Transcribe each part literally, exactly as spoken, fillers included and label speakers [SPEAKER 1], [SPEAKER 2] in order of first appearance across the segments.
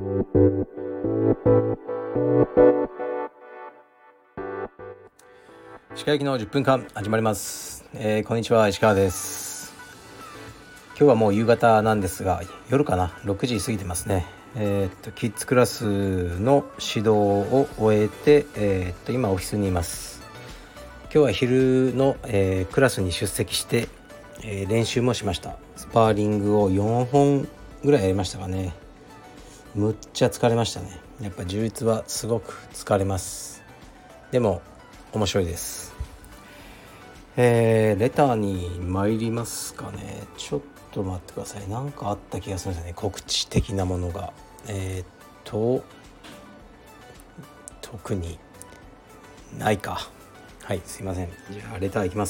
[SPEAKER 1] 石川行きのじゅっぷんかん始まります、えー、こんにちは、石川です。今日はもう夕方なんですが、夜かな、ろくじ過ぎてますね。えー、っとキッズクラスの指導を終えて、えー、っと今オフィスにいます。今日は昼の、えー、クラスに出席して、えー、練習もしました。スパーリングをよんほんぐらいやりましたかね。むっちゃ疲れましたね。やっぱ充実はすごく疲れます。でも面白いです。えー、レターに参りますかね。ちょっと待ってください。なんかあった気がするんですよね、告知的なものが。えー、っと特にないか。はい、すいません。じゃあレターいきます。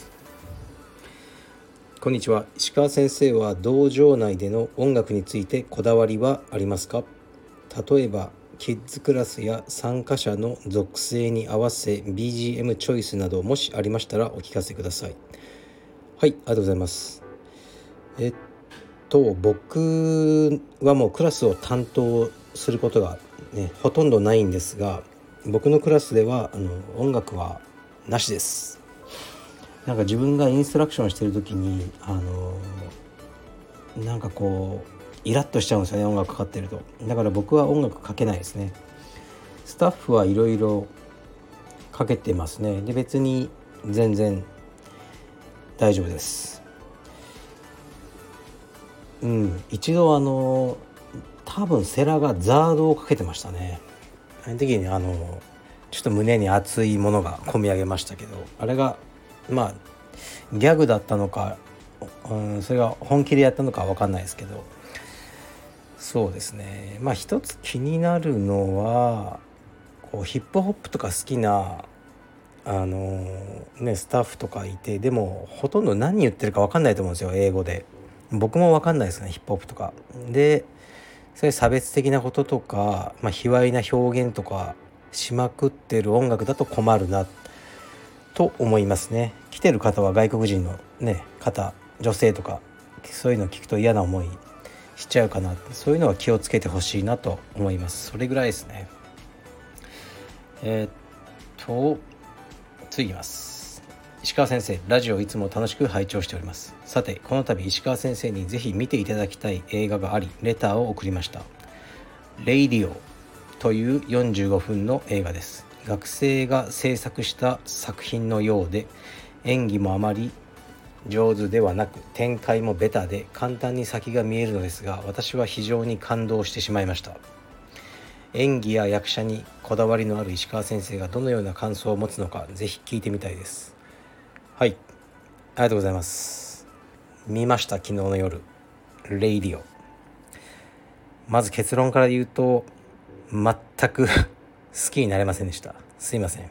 [SPEAKER 1] こんにちは。石川先生は道場内での音楽についてこだわりはありますか？例えばキッズクラスや参加者の属性に合わせ ビージーエム チョイスなどもしありましたらお聞かせください。はい、ありがとうございます。えっと僕はもうクラスを担当することが、ね、ほとんどないんですが、僕のクラスではあの音楽はなしです。なんか自分がインストラクションしてる時にあのなんかこうイラッとしちゃうんですよね、音楽かかってると。だから僕は音楽かけないですね。スタッフはいろいろかけてますね。で別に全然大丈夫です。うん一度あの多分セラがザードをかけてましたね。あの時にあのちょっと胸に熱いものが込み上げましたけど、あれがまあギャグだったのか、うん、それが本気でやったのかは分かんないですけど、そうですね。まあ一つ気になるのはこうヒップホップとか好きなあのねスタッフとかいて、でもほとんど何言ってるか分かんないと思うんですよ、英語で。僕も分かんないですね、ヒップホップとかで。そういう差別的なこととか、まあ、卑猥な表現とかしまくってる音楽だと困るなと思いますね。来てる方は外国人のね方、女性とか、そういうの聞くと嫌な思いしちゃうかな。そういうのは気をつけてほしいなと思います。それぐらいですね。えー、っと次いきます。石川先生、ラジオいつも楽しく拝聴しております。さてこの度石川先生にぜひ見ていただきたい映画がありレターを送りました。レイディオというよんじゅうごふんの映画です。学生が制作した作品のようで、演技もあまり上手ではなく展開もベタで簡単に先が見えるのですが、私は非常に感動してしまいました。演技や役者にこだわりのある石川先生がどのような感想を持つのか、ぜひ聞いてみたいです。はい、ありがとうございます。見ました、昨日の夜、レイディオ。まず結論から言うと全く好きになれませんでした。すいません。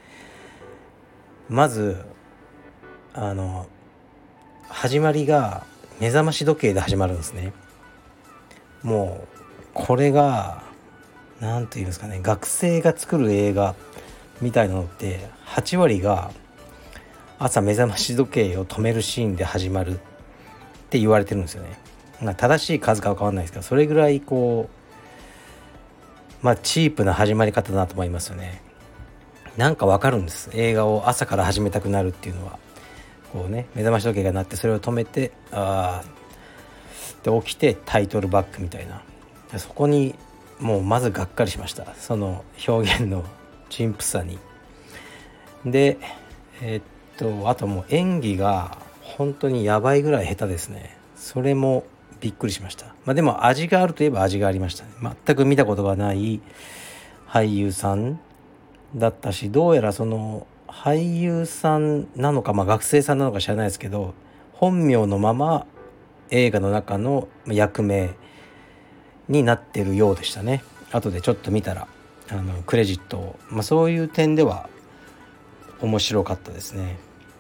[SPEAKER 1] まずあの始まりが目覚まし時計で始まるんですね。もうこれがなんていうんですかね、学生が作る映画みたいなのってはち割が朝目覚まし時計を止めるシーンで始まるって言われてるんですよね。まあ正しい数かは変わんないですけど、それぐらいこうまあチープな始まり方だなと思いますよね。なんかわかるんです、映画を朝から始めたくなるっていうのは。こうね、目覚まし時計が鳴ってそれを止めて、あーで起きてタイトルバックみたいな。そこにもうまずがっかりしました、その表現の陳腐さに。でえーっとあともう演技が本当にやばいぐらい下手ですね。それもびっくりしました。まあでも味があるといえば味がありましたね。全く見たことがない俳優さんだったし、どうやらその俳優さんなのか、まあ、学生さんなのか知らないですけど、本名のまま映画の中の役名になってるようでしたね。後でちょっと見たらあのクレジットを、まあ、そういう点では面白かったですね。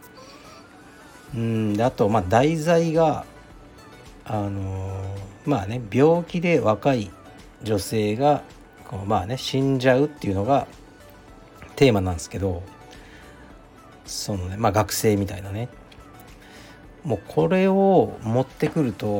[SPEAKER 1] うんであとまあ題材があのまあね病気で若い女性がこうまあね死んじゃうっていうのがテーマなんですけど、そのねまあ学生みたいなね、もうこれを持ってくると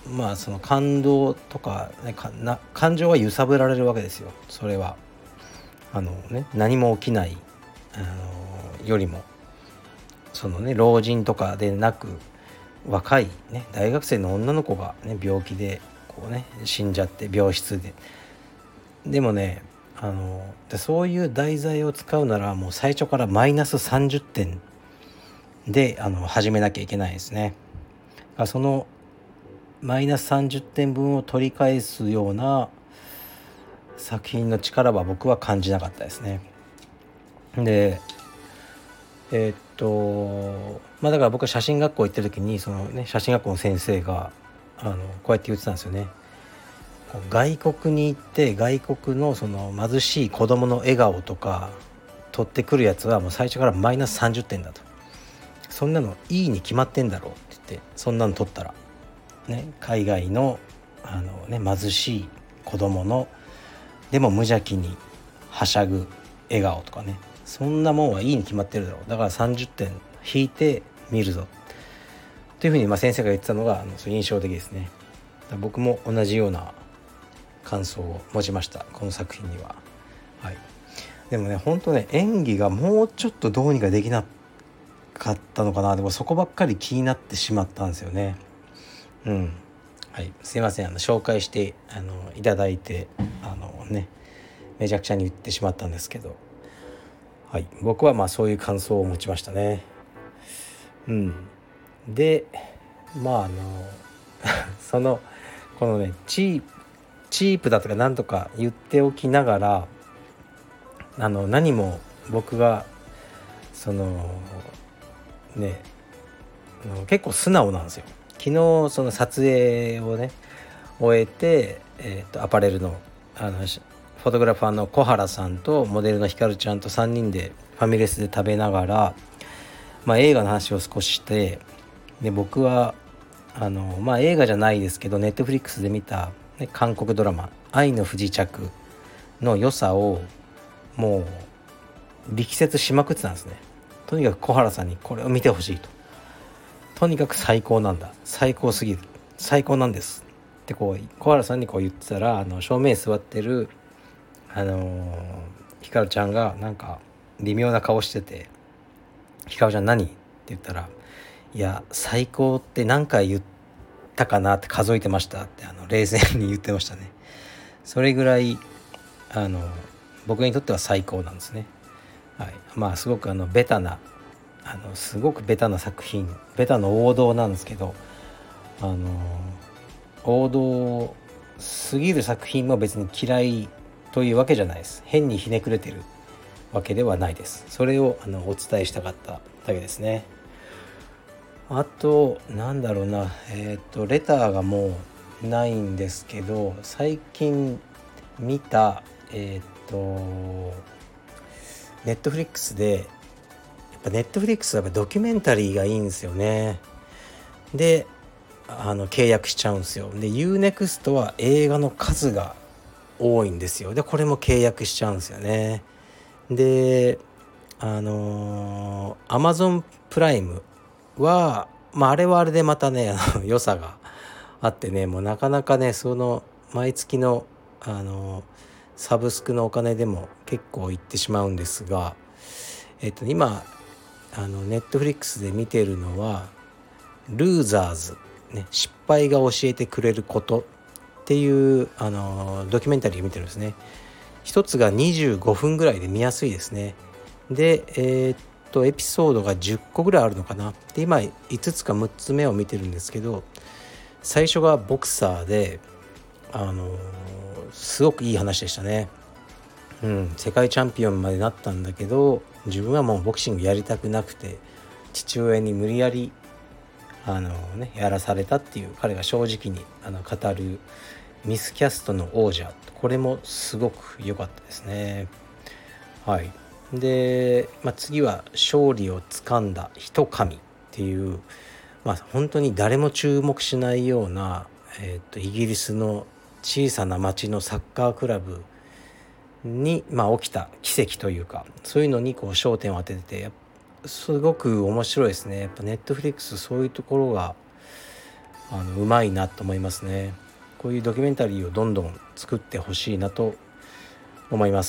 [SPEAKER 1] まあその感動とか、ね、かな感情は揺さぶられるわけですよ。それはあの、ね、何も起きないあのよりもそのね老人とかでなく若い、ね、大学生の女の子が、ね、病気でこう、ね、死んじゃって病室ででもねあのでそういう題材を使うならもう最初からマイナスさんじゅってんであの始めなきゃいけないですね。そのマイナスさんじゅってんぶんを取り返すような作品の力は僕は感じなかったですね。でえーっとまあだから僕は写真学校行ってる時にその、ね、写真学校の先生があのこうやって言ってたんですよね。外国に行って外国のその貧しい子供の笑顔とか撮ってくるやつはもう最初からマイナスさんじゅってんだと。そんなのいいに決まってんだろうって言って、そんなの撮ったらね、海外のあの、ね、貧しい子供のでも無邪気にはしゃぐ笑顔とかね、そんなもんはいいに決まってるだろう、だからさんじゅってん引いて見るぞというふうにまあ先生が言ってたのがあの印象的ですね。僕も同じような感想を持ちましたこの作品には、はい、でもね本当ね演技がもうちょっとどうにかできなかったのかな。でもそこばっかり気になってしまったんですよね。うんはい、すいませんあの紹介してあのいただいてあのねめちゃくちゃに言ってしまったんですけど、はい、僕はまあそういう感想を持ちましたね。うんでまああのそのこのねチープチープだとかなんとか言っておきながらあの何も僕がそのね結構素直なんですよ。昨日その撮影をね終えて、えー、とアパレルのあのフォトグラファーの小原さんとモデルのひかるちゃんとさんにんでファミレスで食べながら、まあ、映画の話を少しして、で僕はあの、まあ、映画じゃないですけどネットフリックスで見た、ね、韓国ドラマ「愛の不時着」の良さをもう力説しまくってたんですね。とにかく小原さんにこれを見てほしいと、とにかく最高なんだ、最高すぎる、最高なんですってこう小原さんにこう言ってたら、あの正面に座ってるあのー、ひかるちゃんがなんか微妙な顔してて、ひかるちゃん何って言ったら、いや最高って何回言ったかなって数えてましたってあの冷静に言ってましたね。それぐらいあの僕にとっては最高なんですね。はい、まあすごくあのベタなあのすごくベタな作品、ベタの王道なんですけど、あの王道すぎる作品も別に嫌いというわけじゃないです。変にひねくれてるわけではないです。それをあのお伝えしたかっただけですね。あとなんだろうな、えっとレターがもうないんですけど、最近見たえっとネットフリックスで、やっぱネットフリックスはやっぱドキュメンタリーがいいんですよね。であの契約しちゃうんですよ。で ユーネクスト は映画の数が多いんですよ。でこれも契約しちゃうんですよね。であのー、Amazon プライムは、まあ、あれはあれでまたねあの良さがあってね、もうなかなかねその毎月の、あのー、サブスクのお金でも結構いってしまうんですが、えっと今あのネットフリックスで見てるのはルーザーズ、ね、失敗が教えてくれることっていうあのドキュメンタリーを見てるんですね。一つがにじゅうごふんぐらいで見やすいですね。でえー、っとエピソードがじゅっこぐらいあるのかな。で今いつつかむっつめを見てるんですけど、最初がボクサーであのすごくいい話でしたね。うん、世界チャンピオンまでなったんだけど、自分はもうボクシングやりたくなくて父親に無理やりあの、ね、やらされたっていう、彼が正直にあの語るミスキャストの王者、これもすごく良かったですね。はいで、まあ、次は勝利をつかんだ一神っていう、まあ、本当に誰も注目しないような、えー、とイギリスの小さな町のサッカークラブに、まあ、起きた奇跡というか、そういうのにこう焦点を当てててすごく面白いですね。やっぱネットフリックスそういうところがあのうまいなと思いますね。こういうドキュメンタリーをどんどん作ってほしいなと思います。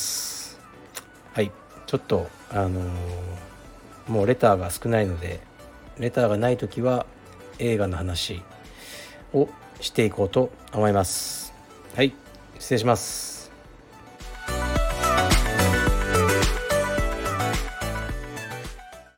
[SPEAKER 1] はい、ちょっとあのー、もうレターが少ないので、レターがないときは映画の話をしていこうと思います。はい、失礼します。